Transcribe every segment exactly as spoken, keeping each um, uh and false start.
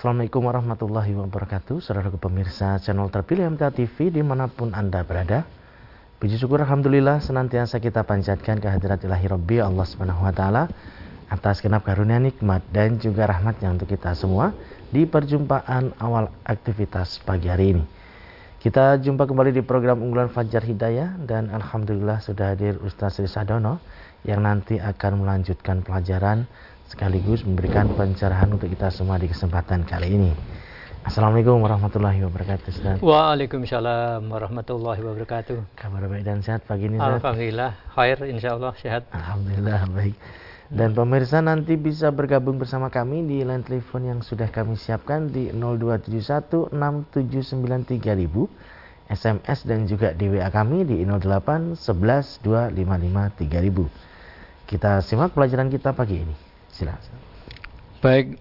Assalamualaikum warahmatullahi wabarakatuh. Saudara pemirsa channel terpilih M T A T V dimanapun Anda berada. Puji syukur alhamdulillah senantiasa kita panjatkan kehadirat ilahi Rabbi Allah Subhanahu wa taala atas genap karunia nikmat dan juga rahmatnya untuk kita semua di perjumpaan awal aktivitas pagi hari ini. Kita jumpa kembali di program unggulan Fajar Hidayah dan alhamdulillah sudah hadir Ustaz Sri Sadono yang nanti akan melanjutkan pelajaran sekaligus memberikan pencerahan untuk kita semua di kesempatan kali ini. Assalamualaikum warahmatullahi wabarakatuh, Ustaz. Waalaikumsalam warahmatullahi wabarakatuh. Kabar baik dan sehat pagi ini, Ustaz? Alhamdulillah, khair, insyaallah sehat. Alhamdulillah baik. Dan pemirsa nanti bisa bergabung bersama kami di line telepon yang sudah kami siapkan di nol dua tujuh satu enam tujuh sembilan tiga ribu, S M S dan juga di W A kami di nol delapan sebelas dua lima lima tiga ribu. Kita simak pelajaran kita pagi ini. Silakan. Baik.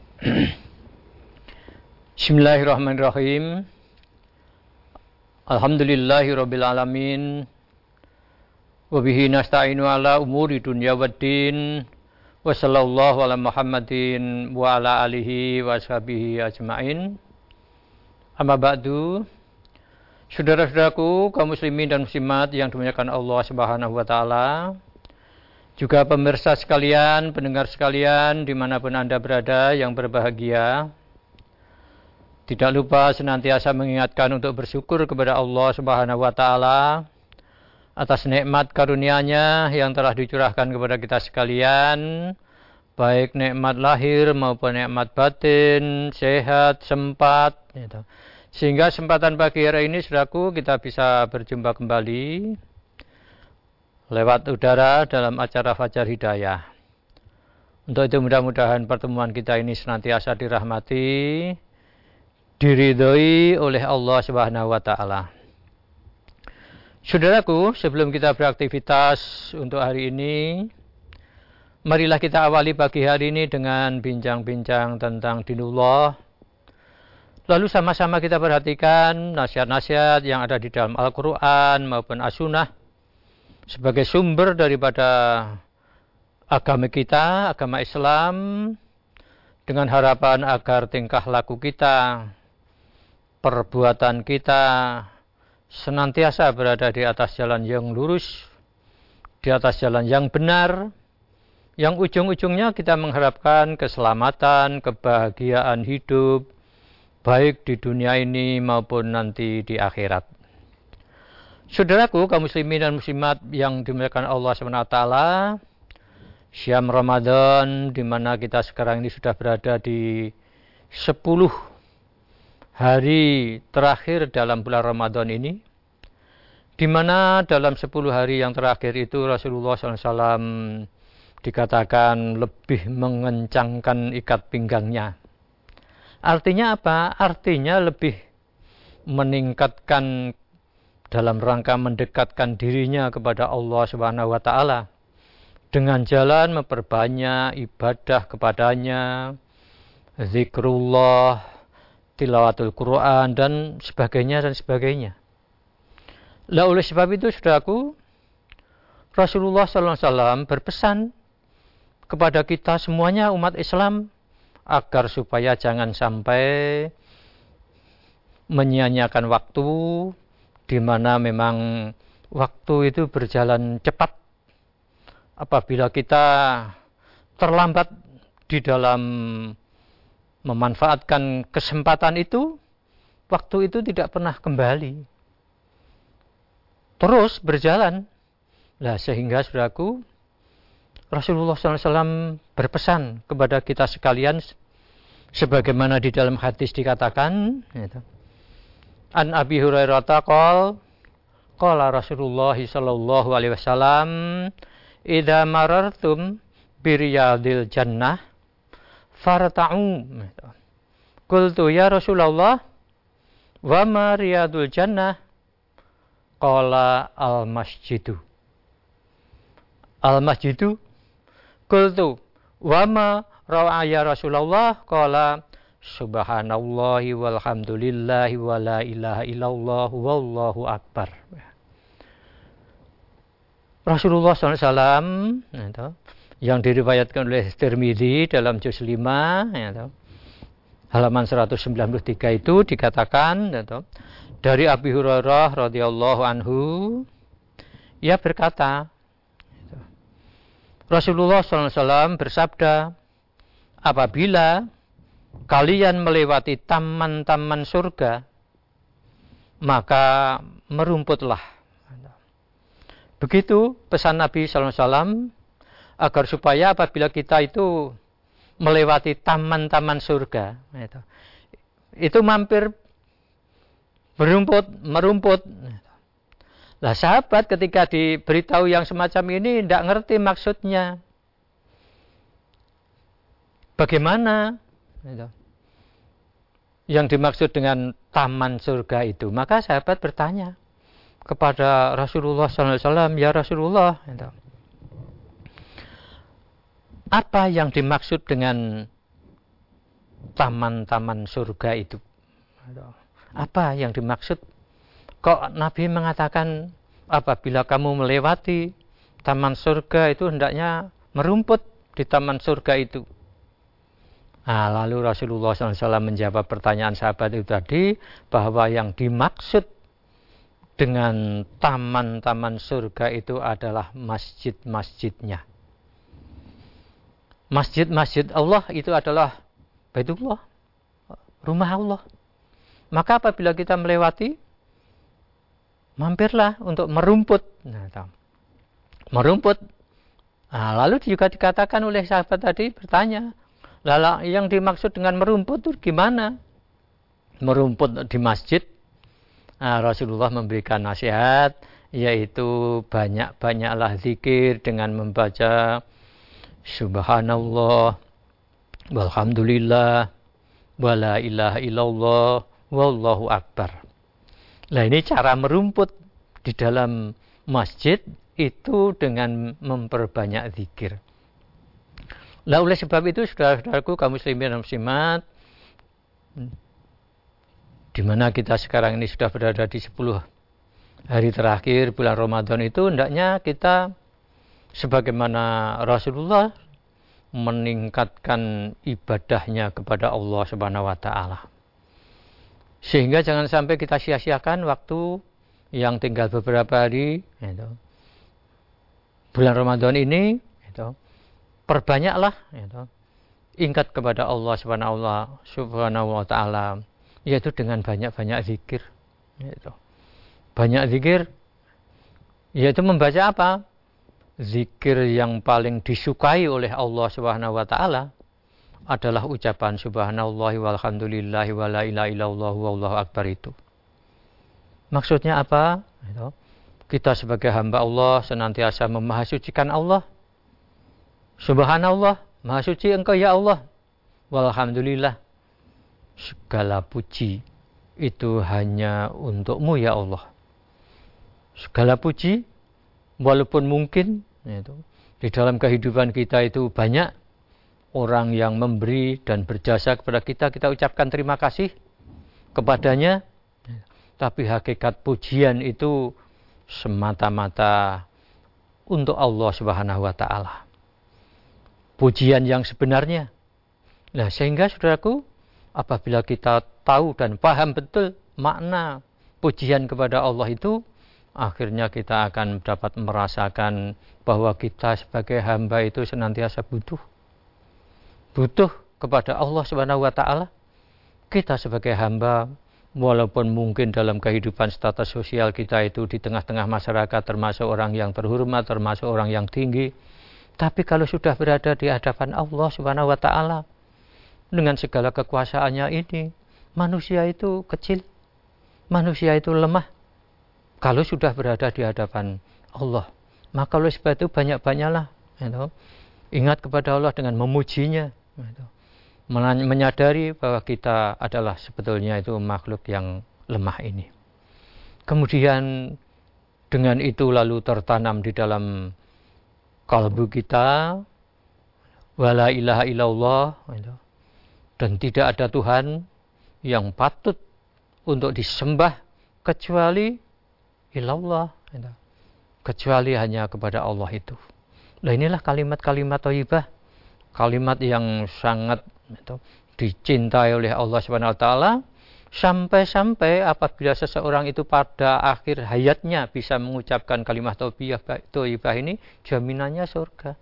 Bismillahirrahmanirrahim. Alhamdulillahirabbil alamin. Wa bihi nasta'inu ala umuri dunya waddin. Wa sallallahu ala Muhammadin wa ala alihi wa sahbihi ajmain. Amma ba'du. Saudara-saudaraku kaum muslimin dan muslimat yang dimuliakan Allah Subhanahu wa taala. Juga pemirsa sekalian, pendengar sekalian, dimanapun Anda berada yang berbahagia. Tidak lupa senantiasa mengingatkan untuk bersyukur kepada Allah Subhanahu wa taala atas nikmat karunia-Nya yang telah dicurahkan kepada kita sekalian, baik nikmat lahir maupun nikmat batin, sehat, sempat, gitu. Sehingga kesempatan pagi hari ini, saudaraku, kita bisa berjumpa kembali lewat udara dalam acara Fajar Hidayah. Untuk itu mudah-mudahan pertemuan kita ini senantiasa dirahmati, diridhoi oleh Allah Subhanahu wa taala. Saudaraku, sebelum kita beraktivitas untuk hari ini, marilah kita awali pagi hari ini dengan bincang-bincang tentang dinullah. Lalu sama-sama kita perhatikan nasihat-nasihat yang ada di dalam Al-Qur'an maupun As-Sunnah sebagai sumber daripada agama kita, agama Islam, dengan harapan agar tingkah laku kita, perbuatan kita senantiasa berada di atas jalan yang lurus, di atas jalan yang benar, yang ujung-ujungnya kita mengharapkan keselamatan, kebahagiaan hidup, baik di dunia ini maupun nanti di akhirat. Saudaraku, kaum muslimin dan muslimat yang dimuliakan Allah subhanahu wa taala, Syam Ramadan, di mana kita sekarang ini sudah berada di sepuluh hari terakhir dalam bulan Ramadan ini, di mana dalam sepuluh hari yang terakhir itu Rasulullah shallallahu alaihi wasallam dikatakan lebih mengencangkan ikat pinggangnya. Artinya apa? Artinya lebih meningkatkan dalam rangka mendekatkan dirinya kepada Allah Subhanahu wa taala dengan jalan memperbanyak ibadah kepadanya, zikrullah, tilawatul Quran dan sebagainya dan sebagainya. Lah oleh sebab itu, saudaraku, Rasulullah sallallahu alaihi wasallam berpesan kepada kita semuanya umat Islam agar supaya jangan sampai menyia-nyiakan waktu, di mana memang waktu itu berjalan cepat. Apabila kita terlambat di dalam memanfaatkan kesempatan itu, waktu itu tidak pernah kembali. Terus berjalan. Nah, sehingga saudaraku, Rasulullah shallallahu alaihi wasallam berpesan kepada kita sekalian, sebagaimana di dalam hadis dikatakan, gitu. An Abi Hurairah qala qala Rasulullah sallallahu alaihi wasallam idza marartum biriyadil jannah farta'u. Qultu ya Rasulullah wa ma riyadul jannah? Qala al masjidu. Al masjidu? Qultu wa ma ra'a ya Rasulullah? Qala subhanallahi walhamdulillahi wa la ilaha illallah wallahu akbar. Rasulullah shallallahu alaihi wasallam yang diriwayatkan oleh Tirmidzi dalam juz lima, halaman seratus sembilan puluh tiga itu dikatakan gitu, dari Abi Hurairah radhiyallahu anhu, ia berkata, gitu, Rasulullah shallallahu alaihi wasallam bersabda, apabila kalian melewati taman-taman surga, maka merumputlah. Begitu pesan Nabi shallallahu alaihi wasallam, agar supaya apabila kita itu melewati taman-taman surga, itu, itu mampir berumput, merumput. Lah sahabat ketika diberitahu yang semacam ini tidak ngerti maksudnya. Bagaimana itu, yang dimaksud dengan taman surga itu? Maka sahabat bertanya kepada Rasulullah shallallahu alaihi wasallam, ya Rasulullah, itu, apa yang dimaksud dengan taman-taman surga itu? Apa yang dimaksud? Kok Nabi mengatakan apabila kamu melewati taman surga itu hendaknya merumput di taman surga itu? Nah, lalu Rasulullah shallallahu alaihi wasallam menjawab pertanyaan sahabat itu tadi, bahwa yang dimaksud dengan taman-taman surga itu adalah masjid-masjidnya. Masjid-masjid Allah itu adalah Baitullah, rumah Allah. Maka apabila kita melewati, mampirlah untuk merumput. Nah, merumput. Nah, lalu juga dikatakan oleh sahabat tadi, bertanya, lalu yang dimaksud dengan merumput itu gimana? Merumput di masjid. Nah, Rasulullah memberikan nasihat, yaitu banyak-banyaklah zikir dengan membaca Subhanallah, walhamdulillah, wala ilaha illallah, wallahu akbar. Nah, ini cara merumput di dalam masjid itu dengan memperbanyak zikir. Nah, oleh sebab itu, saudara-saudaraku, kaum muslimin dan muslimat, di mana kita sekarang ini sudah berada di sepuluh hari terakhir bulan Ramadan itu, hendaknya kita sebagaimana Rasulullah meningkatkan ibadahnya kepada Allah Subhanahu wa taala. Sehingga jangan sampai kita sia-siakan waktu yang tinggal beberapa hari itu, bulan Ramadan ini itu, perbanyaklah itu, ingat kepada Allah Subhanahu wa taala, yaitu dengan banyak-banyak zikir itu. Banyak zikir yaitu membaca apa? Zikir yang paling disukai oleh Allah Subhanahu wa taala adalah ucapan subhanallahi walhamdulillahi wala ilaha illallah wallahu akbar itu. Maksudnya apa? Kita sebagai hamba Allah senantiasa memahasucikan Allah. Subhanallah, maha suci Engkau ya Allah. Walhamdulillah, segala puji itu hanya untuk-Mu ya Allah. Segala puji, walaupun mungkin itu, di dalam kehidupan kita itu banyak orang yang memberi dan berjasa kepada kita, kita ucapkan terima kasih kepadanya, tapi hakikat pujian itu semata-mata untuk Allah Subhanahu wa taala. Pujian yang sebenarnya. Nah, sehingga saudaraku, apabila kita tahu dan paham betul makna pujian kepada Allah itu, akhirnya kita akan dapat merasakan bahwa kita sebagai hamba itu senantiasa butuh. Butuh kepada Allah Subhanahu wa taala. Kita sebagai hamba, walaupun mungkin dalam kehidupan status sosial kita itu di tengah-tengah masyarakat termasuk orang yang terhormat, termasuk orang yang tinggi, tapi kalau sudah berada di hadapan Allah Subhanahu wa taala dengan segala kekuasaannya ini, manusia itu kecil, manusia itu lemah. Kalau sudah berada di hadapan Allah, maka oleh sebab itu banyak-banyaklah gitu, ingat kepada Allah dengan memujinya, gitu, menyadari bahwa kita adalah sebetulnya itu makhluk yang lemah ini. Kemudian dengan itu lalu tertanam di dalam kalbu kita, wala ilaha illallah, gitu, dan tidak ada Tuhan yang patut untuk disembah kecuali ilallah, kecuali hanya kepada Allah itu. Nah, inilah kalimat-kalimat thayyibah, kalimat yang sangat itu, dicintai oleh Allah Subhanahu wa taala, sampai-sampai apabila seseorang itu pada akhir hayatnya bisa mengucapkan kalimat thayyibah ini, jaminannya surga.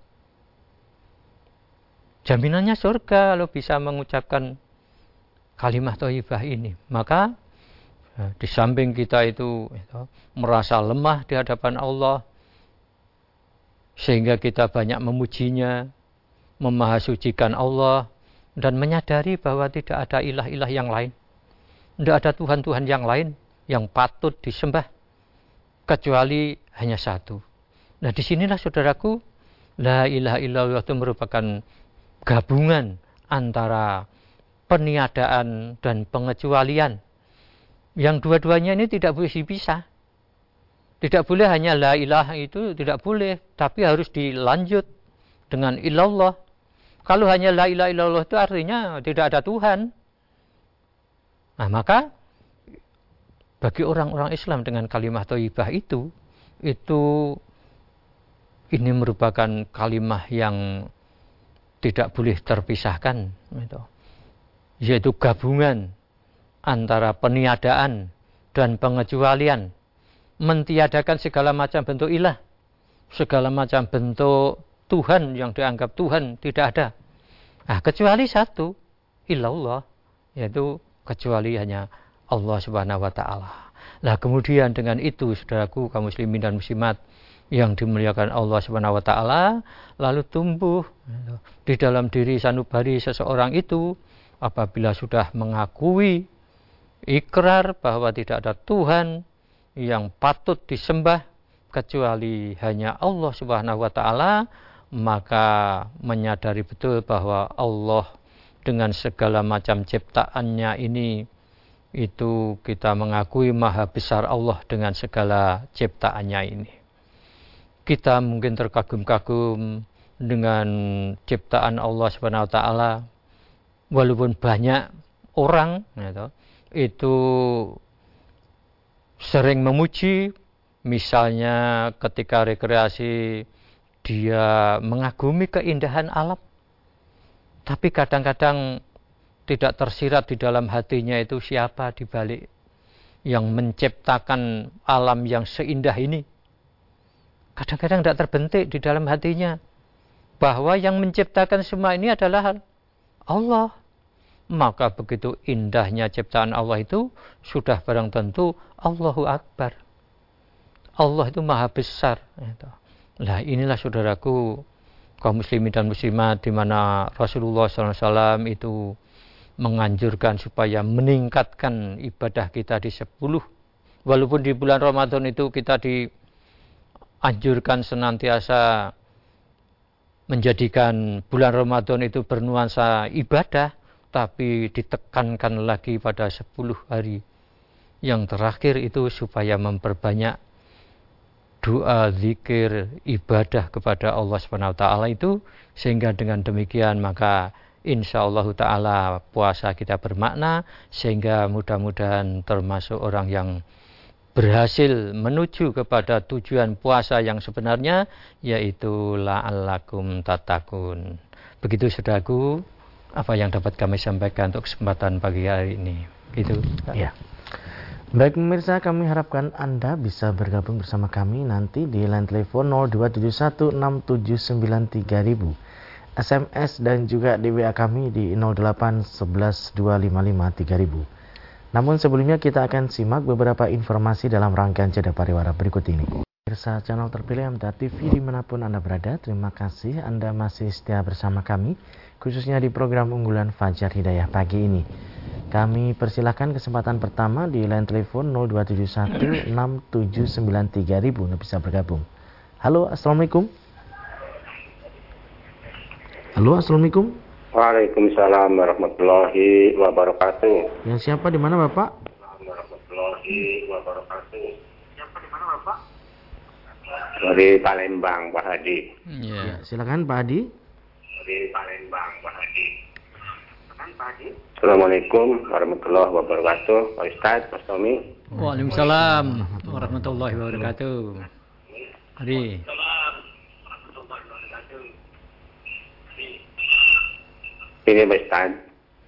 Jaminannya surga kalau bisa mengucapkan kalimat thayyibah ini. Maka di samping kita itu, itu merasa lemah di hadapan Allah, sehingga kita banyak memujinya, memahasucikan Allah, dan menyadari bahwa tidak ada ilah-ilah yang lain, tidak ada Tuhan-Tuhan yang lain yang patut disembah kecuali hanya satu. Nah, disinilah saudaraku, la ilaha illallah itu merupakan gabungan antara peniadaan dan pengecualian, yang dua-duanya ini tidak boleh dipisah. Tidak boleh hanya la ilaha itu, tidak boleh, tapi harus dilanjut dengan illallah. Kalau hanya la ilaha illallah itu artinya tidak ada Tuhan. Nah, maka bagi orang-orang Islam dengan kalimat thayyibah itu, itu ini merupakan kalimat yang tidak boleh terpisahkan, gitu. Yaitu gabungan antara peniadaan dan pengecualian, mentiadakan segala macam bentuk ilah, segala macam bentuk Tuhan yang dianggap Tuhan tidak ada. Nah, kecuali satu, illallah, yaitu kecuali hanya Allah Subhanahu wa taala. Nah, kemudian dengan itu, saudaraku kaum muslimin dan muslimat yang dimuliakan Allah Subhanahu wa taala, lalu tumbuh di dalam diri sanubari seseorang itu apabila sudah mengakui, ikrar bahwa tidak ada Tuhan yang patut disembah kecuali hanya Allah Subhanahu wa taala, maka menyadari betul bahwa Allah dengan segala macam ciptaannya ini, itu kita mengakui maha besar Allah dengan segala ciptaannya ini. Kita mungkin terkagum-kagum dengan ciptaan Allah Subhanahu wa taala, walaupun banyak orang gitu, itu sering memuji, misalnya ketika rekreasi dia mengagumi keindahan alam, tapi kadang-kadang tidak tersirat di dalam hatinya itu siapa di balik yang menciptakan alam yang seindah ini. Kadang-kadang tidak terbentik di dalam hatinya bahwa yang menciptakan semua ini adalah Allah. Maka begitu indahnya ciptaan Allah itu, sudah barang tentu Allahu Akbar. Allah itu maha besar. Nah, inilah saudaraku kaum muslimin dan muslimat, di mana Rasulullah shallallahu alaihi wasallam itu menganjurkan supaya meningkatkan ibadah kita di sepuluh. Walaupun di bulan Ramadan itu kita dianjurkan senantiasa menjadikan bulan Ramadan itu bernuansa ibadah, tapi ditekankan lagi pada sepuluh hari yang terakhir itu supaya memperbanyak doa, zikir, ibadah kepada Allah Subhanahu wa taala itu, sehingga dengan demikian maka insyaallah taala puasa kita bermakna, sehingga mudah-mudahan termasuk orang yang berhasil menuju kepada tujuan puasa yang sebenarnya, yaitu la'allakum tattaqun. Begitu saudaraku apa yang dapat kami sampaikan untuk kesempatan pagi hari ini. Gitu. Ya. Baik pemirsa, kami harapkan Anda bisa bergabung bersama kami nanti di line telepon nol dua tujuh satu enam tujuh sembilan tiga nol nol nol, S M S dan juga di W A kami di nol delapan satu satu dua lima lima tiga nol nol nol. Namun sebelumnya kita akan simak beberapa informasi dalam rangkaian Jeda Pariwara berikut ini. Pemirsa channel terpilih M T A T V dimanapun Anda berada, terima kasih Anda masih setia bersama kami, khususnya di program unggulan Fajar Hidayah pagi ini. Kami persilahkan kesempatan pertama di line telepon nol dua tujuh satu enam tujuh sembilan tiga nol nol nol untuk bisa bergabung. Halo, Assalamualaikum. Halo, Assalamualaikum. Waalaikumsalam warahmatullahi wabarakatuh. Yang siapa di mana Bapak? Warahmatullahi wabarakatuh. Siapa di mana Bapak? Dari Palembang, Pak Hadi. Ya, ya silakan Pak Hadi. Dari Palembang, Pak Hadi. Silakan Pak Hadi. Assalamualaikum warahmatullahi wabarakatuh. Pak Ustaz, Mas Tommy. Waalaikumsalam warahmatullahi wabarakatuh. Hadi. Ini Pak Ustaz.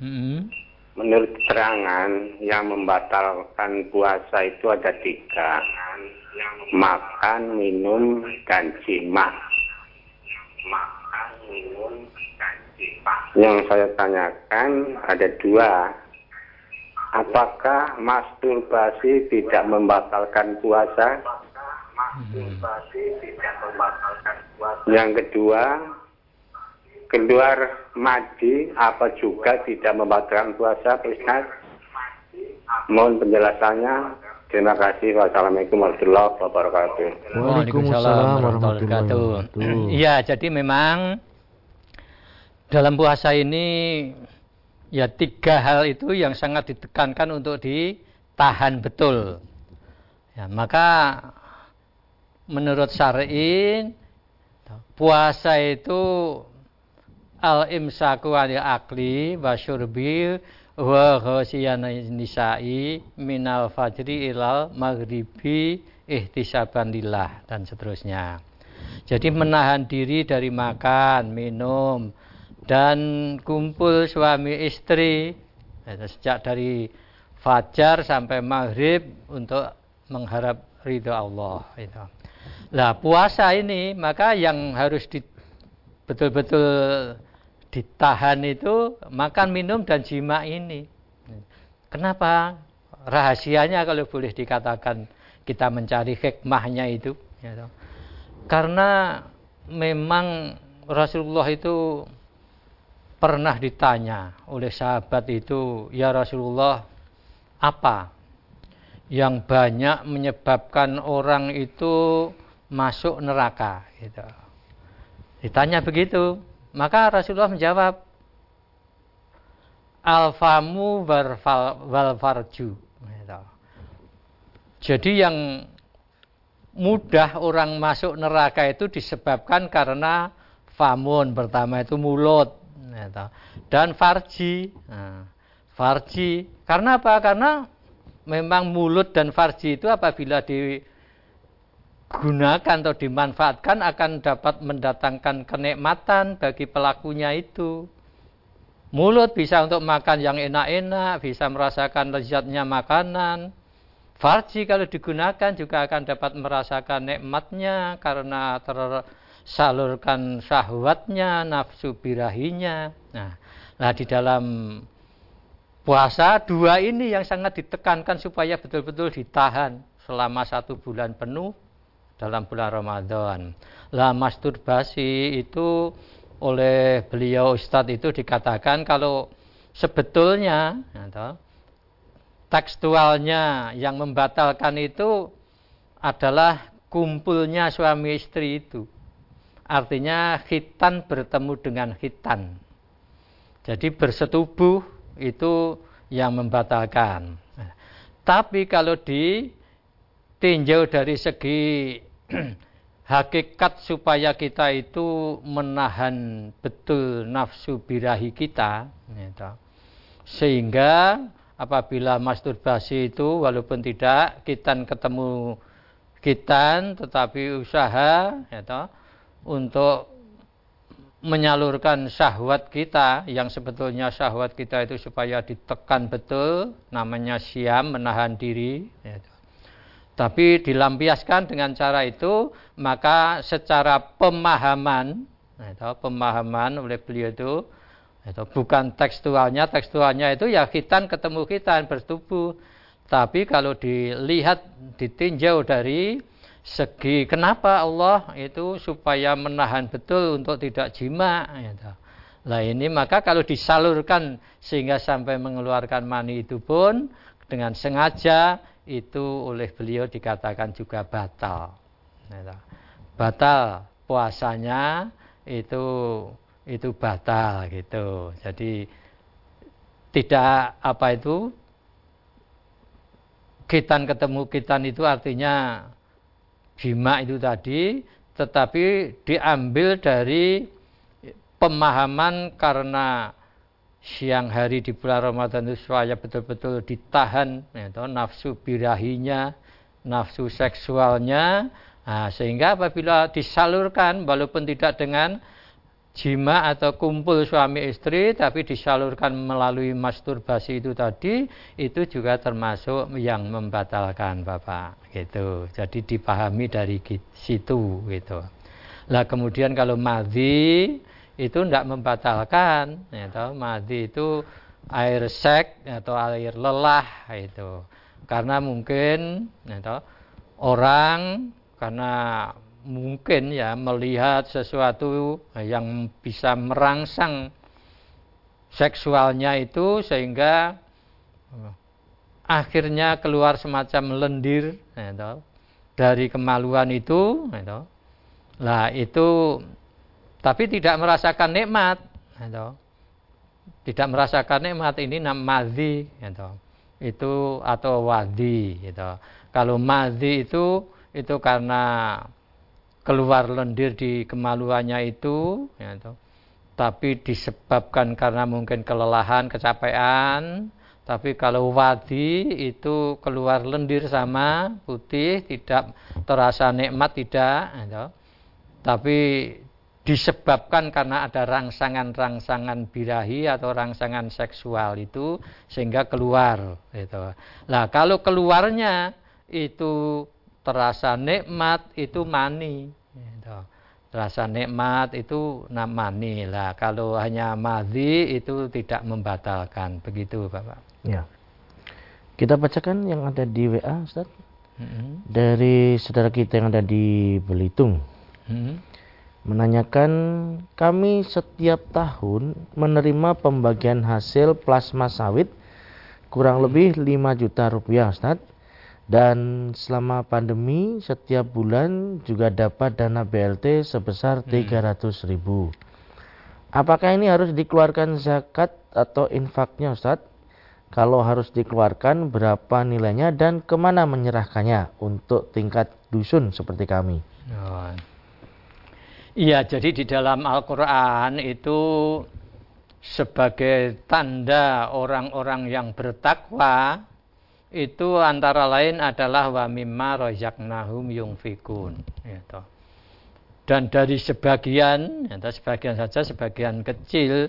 Hmm. Menurut keterangan yang membatalkan puasa itu ada tiga. Makan, minum, dan jima. Makan, minum, dan jima. Yang saya tanyakan ada dua. Apakah masturbasi tidak membatalkan puasa? Masturbasi tidak membatalkan puasa. Yang kedua, keluar madi apa juga tidak membatalkan puasa, Pak Ustaz? Mohon penjelasannya. Terima kasih. Wassalamualaikum warahmatullahi wabarakatuh. Waalaikumsalam warahmatullahi wabarakatuh. Iya, jadi memang dalam puasa ini ya tiga hal itu yang sangat ditekankan untuk ditahan betul. Ya, maka menurut syar'i puasa itu al-imsaku 'anil akli wa syurbi wa ghasyiyan nisa'i minal fajri ilal maghribi ihtisaban lillah dan seterusnya. Jadi menahan diri dari makan, minum dan kumpul suami istri sejak dari fajar sampai maghrib untuk mengharap ridho Allah itu. Nah, puasa ini maka yang harus di, betul-betul ditahan itu makan, minum, dan jima ini. Kenapa? Rahasianya kalau boleh dikatakan kita mencari hikmahnya itu. Karena memang Rasulullah itu pernah ditanya oleh sahabat itu, ya Rasulullah, apa yang banyak menyebabkan orang itu masuk neraka? Gitu. Ditanya begitu. Maka Rasulullah menjawab, al-famu wal farju. Jadi yang mudah orang masuk neraka itu disebabkan karena famun, pertama itu mulut, dan farji. Nah, farji, karena apa? Karena memang mulut dan farji itu apabila di gunakan atau dimanfaatkan akan dapat mendatangkan kenikmatan bagi pelakunya itu. Mulut bisa untuk makan yang enak-enak, bisa merasakan lezatnya makanan. Farji kalau digunakan juga akan dapat merasakan nikmatnya karena tersalurkan syahwatnya, nafsu birahinya. Nah, nah di dalam puasa dua ini yang sangat ditekankan supaya betul-betul ditahan selama satu bulan penuh dalam bulan Ramadan. Lah masturbasi itu oleh beliau Ustadz itu dikatakan kalau sebetulnya atau tekstualnya yang membatalkan itu adalah kumpulnya suami istri itu. Artinya khitan bertemu dengan khitan. Jadi bersetubuh itu yang membatalkan. Tapi kalau ditinjau dari segi hakikat supaya kita itu menahan betul nafsu birahi kita, sehingga apabila masturbasi itu walaupun tidak khitan ketemu khitan, tetapi usaha untuk menyalurkan syahwat kita yang sebetulnya syahwat kita itu supaya ditekan betul, namanya siam, menahan diri. Tapi dilampiaskan dengan cara itu, maka secara pemahaman, itu, pemahaman oleh beliau itu, itu bukan tekstualnya, tekstualnya itu ya khitan ketemu khitan bersetubuh. Tapi kalau dilihat, ditinjau dari segi kenapa Allah itu supaya menahan betul untuk tidak jima. Gitu. Nah ini maka kalau disalurkan sehingga sampai mengeluarkan mani itu pun dengan sengaja, itu oleh beliau dikatakan juga batal. Batal puasanya itu itu batal gitu. Jadi tidak apa itu khitan ketemu khitan itu artinya jima itu tadi, tetapi diambil dari pemahaman karena siang hari di bulan Ramadan itu supaya betul-betul ditahan yaitu nafsu birahinya, nafsu seksualnya, nah, sehingga apabila disalurkan walaupun tidak dengan jima atau kumpul suami istri tapi disalurkan melalui masturbasi itu tadi, itu juga termasuk yang membatalkan Bapak gitu. Jadi dipahami dari situ gitu. Lah kemudian kalau madhi itu tidak membatalkan gitu. Madhi itu air seks atau air lelah itu. Karena mungkin gitu, orang karena mungkin ya melihat sesuatu yang bisa merangsang seksualnya itu sehingga akhirnya keluar semacam lendir gitu, dari kemaluan itu gitu. Lah itu tapi tidak merasakan nikmat gitu. Tidak merasakan nikmat ini nama madhi gitu. Itu atau wadi gitu. Kalau madhi itu itu karena keluar lendir di kemaluannya itu ya, tapi disebabkan karena mungkin kelelahan, kecapean. Tapi kalau wadi itu keluar lendir sama putih, tidak terasa nikmat, tidak ya, tapi disebabkan karena ada rangsangan-rangsangan birahi atau rangsangan seksual itu sehingga keluar gitu. Nah kalau keluarnya itu terasa nikmat itu mani gitu. Rasa nikmat itu mani lah. Kalau hanya madhi itu tidak membatalkan. Begitu Bapak ya. Kita bacakan yang ada di W A Ustaz, mm-hmm. dari saudara kita yang ada di Belitung, mm-hmm. menanyakan, kami setiap tahun menerima pembagian hasil plasma sawit kurang lebih lima juta rupiah Ustaz. Dan selama pandemi setiap bulan juga dapat dana B L T sebesar tiga ratus ribu. Apakah ini harus dikeluarkan zakat atau infaknya Ustaz? Kalau harus dikeluarkan berapa nilainya dan kemana menyerahkannya untuk tingkat dusun seperti kami? Oh. Iya, jadi di dalam Al-Quran itu sebagai tanda orang-orang yang bertakwa itu antara lain adalah wa mimma razaqnahum yunfikun gitu. Dan dari sebagian, ya, sebagian saja sebagian kecil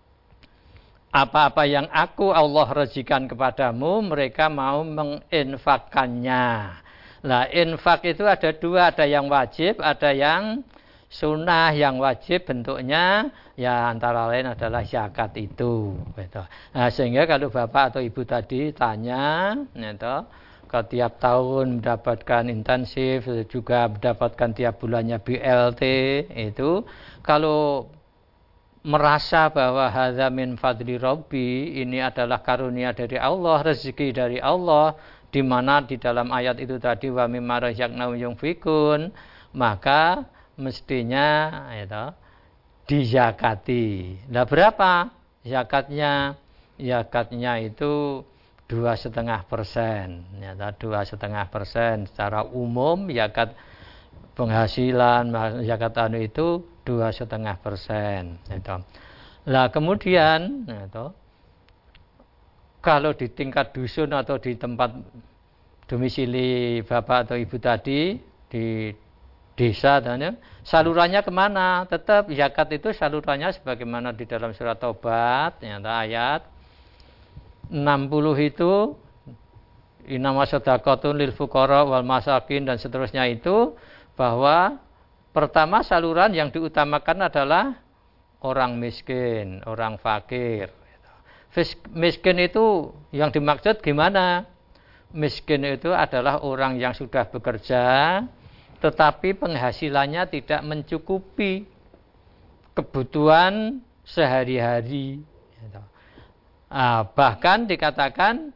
apa-apa yang aku Allah rezikan kepadamu mereka mau menginfakkannya. Lah infak itu ada dua, ada yang wajib, ada yang sunnah. Yang wajib bentuknya ya antara lain adalah zakat itu gitu. Nah, sehingga kalau Bapak atau Ibu tadi tanya gitu, kalau tiap tahun mendapatkan intensif juga mendapatkan tiap bulannya B L T itu, kalau merasa bahwa hadza min fadli rabbi, ini adalah karunia dari Allah, rezeki dari Allah, di mana di dalam ayat itu tadi wa mimma razaqnahum yunfikun, maka mestinya itu dizakati. Nah berapa zakatnya? Zakatnya itu dua setengah persen. Dua setengah persen secara umum zakat penghasilan zakat anu itu dua setengah persen. Nah kemudian itu, kalau di tingkat dusun atau di tempat domisili Bapak atau Ibu tadi di desa, tanya, salurannya kemana? Tetap zakat itu salurannya sebagaimana di dalam surat Taubat, ternyata ayat enam puluh itu innama shadaqatun lil fuqara wal masakin dan seterusnya itu, bahwa pertama saluran yang diutamakan adalah orang miskin, orang fakir. Miskin itu yang dimaksud gimana? Miskin itu adalah orang yang sudah bekerja tetapi penghasilannya tidak mencukupi kebutuhan sehari-hari. Nah, bahkan dikatakan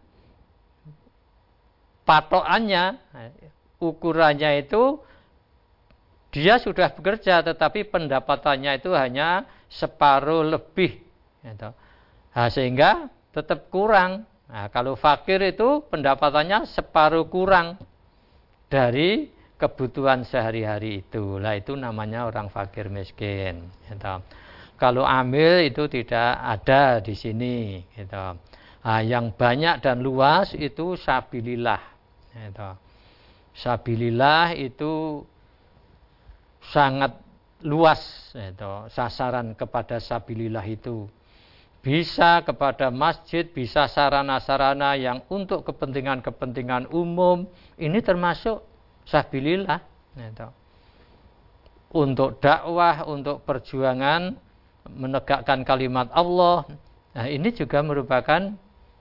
patokannya, ukurannya itu dia sudah bekerja tetapi pendapatannya itu hanya separuh lebih. Nah, sehingga tetap kurang. Nah, kalau fakir itu pendapatannya separuh kurang dari kebutuhan sehari-hari itu. Lah itu namanya orang fakir miskin gitu. Kalau amil itu tidak ada di sini gitu. Nah, yang banyak dan luas itu sabilillah gitu. Sabilillah itu sangat luas itu, sasaran kepada sabilillah itu. Bisa kepada masjid, bisa sarana-sarana yang untuk kepentingan-kepentingan umum, ini termasuk sabilillah itu. Untuk dakwah, untuk perjuangan menegakkan kalimat Allah. Nah, ini juga merupakan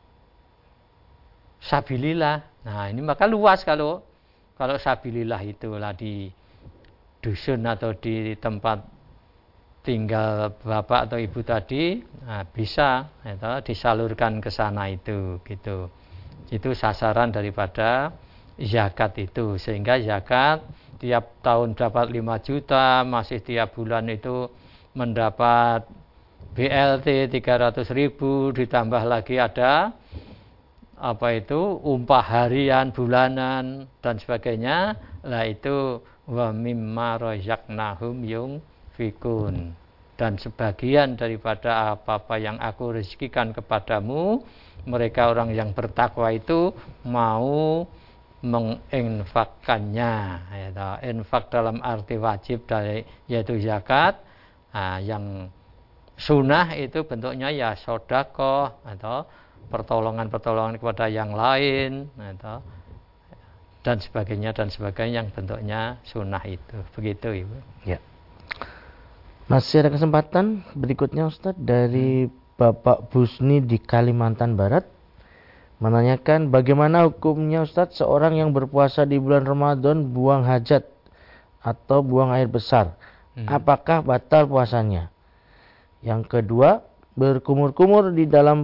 sabilillah. Nah, ini maka luas kalau kalau sabilillah itulah di dusun atau di tempat tinggal bapak atau ibu tadi, nah, bisa itu, disalurkan ke sana itu gitu. Itu sasaran daripada zakat itu, sehingga zakat tiap tahun dapat lima juta, masih tiap bulan itu mendapat B L T tiga ratus ribu, ditambah lagi ada apa itu upah harian, bulanan dan sebagainya. Lah itu wa mimma razaqnahum yunfikun, dan sebagian daripada apa-apa yang aku rezekikan kepadamu, mereka orang yang bertakwa itu mau menginfakkannya, yaitu infak dalam arti wajib dari yaitu zakat. Nah, yang sunnah itu bentuknya ya sedekah atau pertolongan-pertolongan kepada yang lain, atau dan sebagainya dan sebagainya yang bentuknya sunnah itu. Begitu, Ibu. Ya. Masih ada kesempatan berikutnya, Ustadz, dari hmm. Bapak Busni di Kalimantan Barat menanyakan bagaimana hukumnya, Ustadz, seorang yang berpuasa di bulan Ramadan buang hajat atau buang air besar, hmm. apakah batal puasanya? Yang kedua, berkumur-kumur di dalam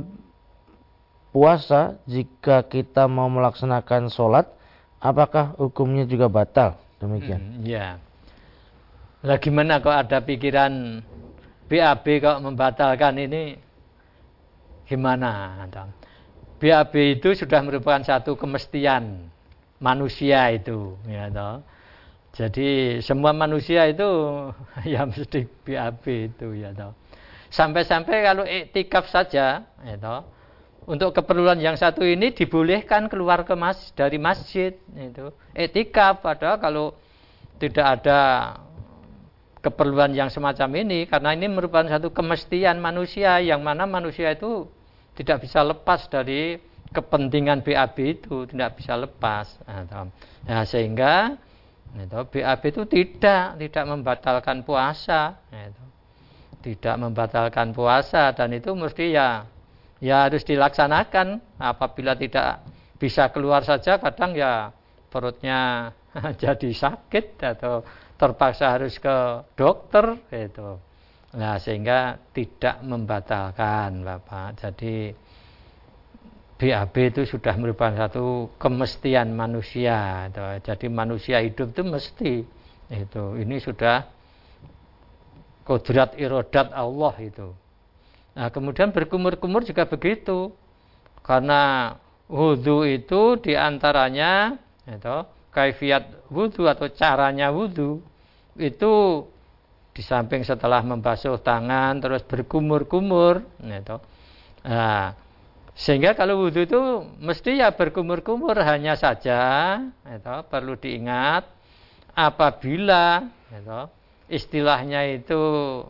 puasa jika kita mau melaksanakan sholat, apakah hukumnya juga batal? Demikian. Hmm, ya. Lah gimana kok ada pikiran B A B kok membatalkan ini? Gimana? B A B itu sudah merupakan satu kemestian manusia itu, ya toh. Jadi semua manusia itu ya mesti B A B itu, ya toh. Sampai-sampai kalau iktikaf saja, ya toh, untuk keperluan yang satu ini dibolehkan keluar ke mas dari masjid itu. Iktikaf, padahal kalau tidak ada keperluan yang semacam ini, karena ini merupakan satu kemestian manusia yang mana manusia itu tidak bisa lepas dari kepentingan B A B itu, tidak bisa lepas. Nah, sehingga itu, B A B itu tidak tidak membatalkan puasa, itu. Tidak membatalkan puasa, dan itu mesti ya ya harus dilaksanakan. Apabila tidak bisa keluar saja, kadang ya perutnya jadi sakit atau terpaksa harus ke dokter itu. Nah, sehingga tidak membatalkan, Bapak. Jadi B A B itu sudah merupakan satu kemestian manusia itu. Jadi manusia hidup itu mesti itu. Ini sudah kodrat irodat Allah itu. Nah, kemudian berkumur-kumur juga begitu. Karena wudu itu diantaranya itu, kaifiat wudu atau caranya wudu itu di samping setelah membasuh tangan terus berkumur-kumur gitu. Nah, sehingga kalau wudu itu mesti ya berkumur-kumur, hanya saja itu perlu diingat apabila itu, istilahnya itu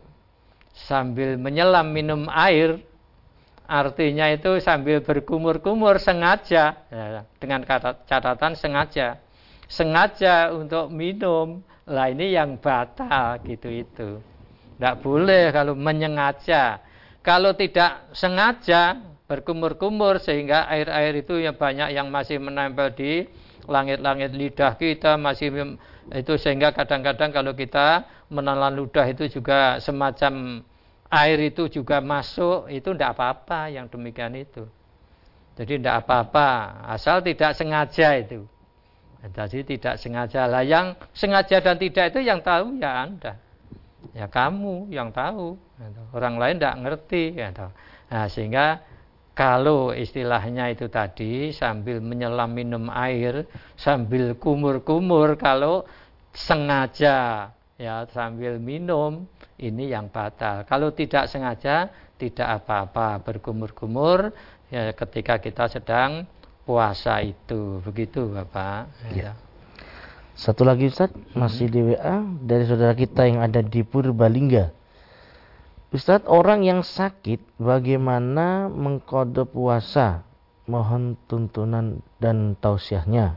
sambil menyelam minum air, artinya itu sambil berkumur-kumur sengaja, ya, dengan catatan sengaja sengaja untuk minum. Lah ini yang batal gitu itu. Tidak boleh kalau menyengaja. Kalau tidak sengaja berkumur-kumur sehingga air-air itu ya banyak yang masih menempel di langit-langit lidah kita, masih itu sehingga kadang-kadang kalau kita menelan ludah itu juga semacam air itu juga masuk, itu tidak apa-apa yang demikian itu. Jadi tidak apa-apa asal tidak sengaja itu. Jadi tidak sengaja. Lah yang sengaja dan tidak itu yang tahu ya Anda, ya kamu yang tahu, orang lain tidak ngerti. Nah, sehingga kalau istilahnya itu tadi sambil menyelam minum air, sambil kumur-kumur, kalau sengaja ya sambil minum, ini yang batal. Kalau tidak sengaja tidak apa-apa berkumur-kumur ya ketika kita sedang puasa itu. Begitu, Bapak. Ya. Satu lagi Ustaz, masih di W A dari saudara kita yang ada di Purbalingga. Ustaz, orang yang sakit bagaimana mengqadha puasa? Mohon tuntunan dan tausiahnya.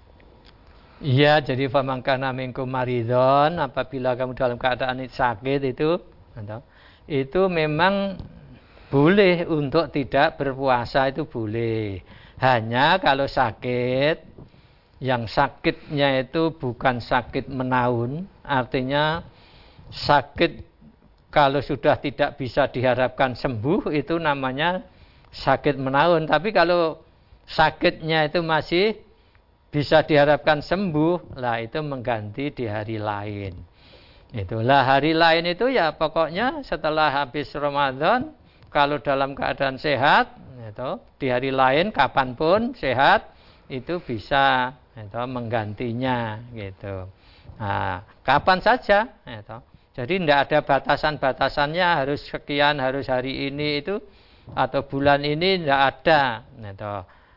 Iya, jadi famangkana minkum maridon, apabila kamu dalam keadaan sakit itu, itu memang boleh untuk tidak berpuasa, itu boleh. Hanya kalau sakit, yang sakitnya itu bukan sakit menaun, artinya sakit kalau sudah tidak bisa diharapkan sembuh itu namanya sakit menaun. Tapi kalau sakitnya itu masih bisa diharapkan sembuh, lah itu mengganti di hari lain. Itulah hari lain itu ya pokoknya setelah habis Ramadan, kalau dalam keadaan sehat, itu di hari lain kapanpun sehat itu bisa itu menggantinya gitu. Nah, kapan saja itu. Jadi tidak ada batasan-batasannya harus sekian, harus hari ini itu atau bulan ini, tidak ada gitu.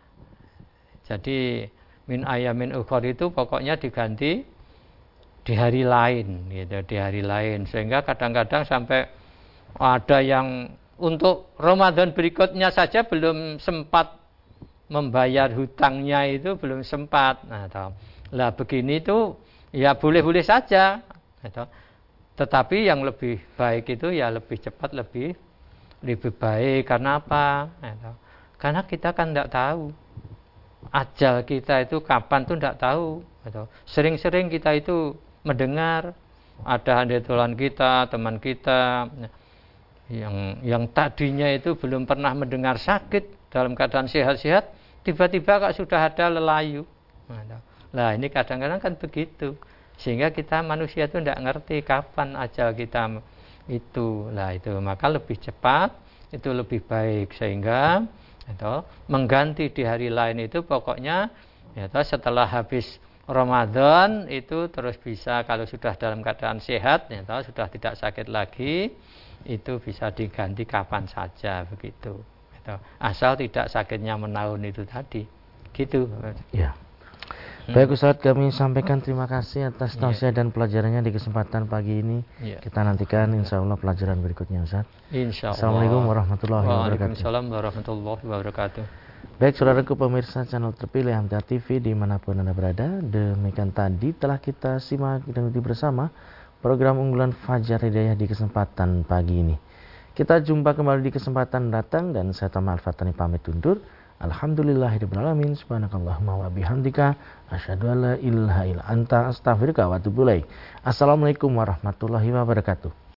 Jadi min ayamin ukhor itu pokoknya diganti di hari lain gitu, di hari lain, sehingga kadang-kadang sampai ada yang untuk Ramadan berikutnya saja belum sempat membayar hutangnya, itu belum sempat. Nah, tahu. Lah begini itu ya boleh-boleh saja gitu. Tetapi yang lebih baik itu ya lebih cepat, lebih lebih baik. Karena apa? Gitu. Karena kita kan tidak tahu ajal kita itu kapan tuh tidak tahu. Gitu. Sering-sering kita itu mendengar ada handetolan kita, teman kita yang yang tadinya itu belum pernah mendengar sakit dalam keadaan sehat-sehat, tiba-tiba kok sudah ada lelayu. Nah ini kadang-kadang kan begitu, sehingga kita manusia itu tidak ngerti kapan ajal kita itu. Lah itu maka lebih cepat itu lebih baik, sehingga itu mengganti di hari lain itu pokoknya itu setelah habis Ramadan itu terus bisa, kalau sudah dalam keadaan sehat itu sudah tidak sakit lagi, itu bisa diganti kapan saja begitu. Itu asal tidak sakitnya menaun itu tadi. Gitu. Ya. Baik Ustaz, kami sampaikan terima kasih atas tausiah dan pelajarannya di kesempatan pagi ini. Ya. Kita nantikan insya Allah pelajaran berikutnya Ustaz. Insya Allah. Assalamualaikum warahmatullahi wabarakatuh. Waalaikumsalam warahmatullahi wabarakatuh. Baik saudaraku pemirsa channel terpilih M T A T V dimanapun Anda berada, demikian tadi telah kita simak dan ikuti bersama program unggulan Fajar Hidayah di kesempatan pagi ini. Kita jumpa kembali di kesempatan datang dan saya Tama Al-Fatani pamit undur. Alhamdulillahirabbil alamin, subhanakallahumma wa bihamdika asyhadu an la ilaha illa anta astaghfiruka wa atubu ilaik. Assalamualaikum warahmatullahi wabarakatuh.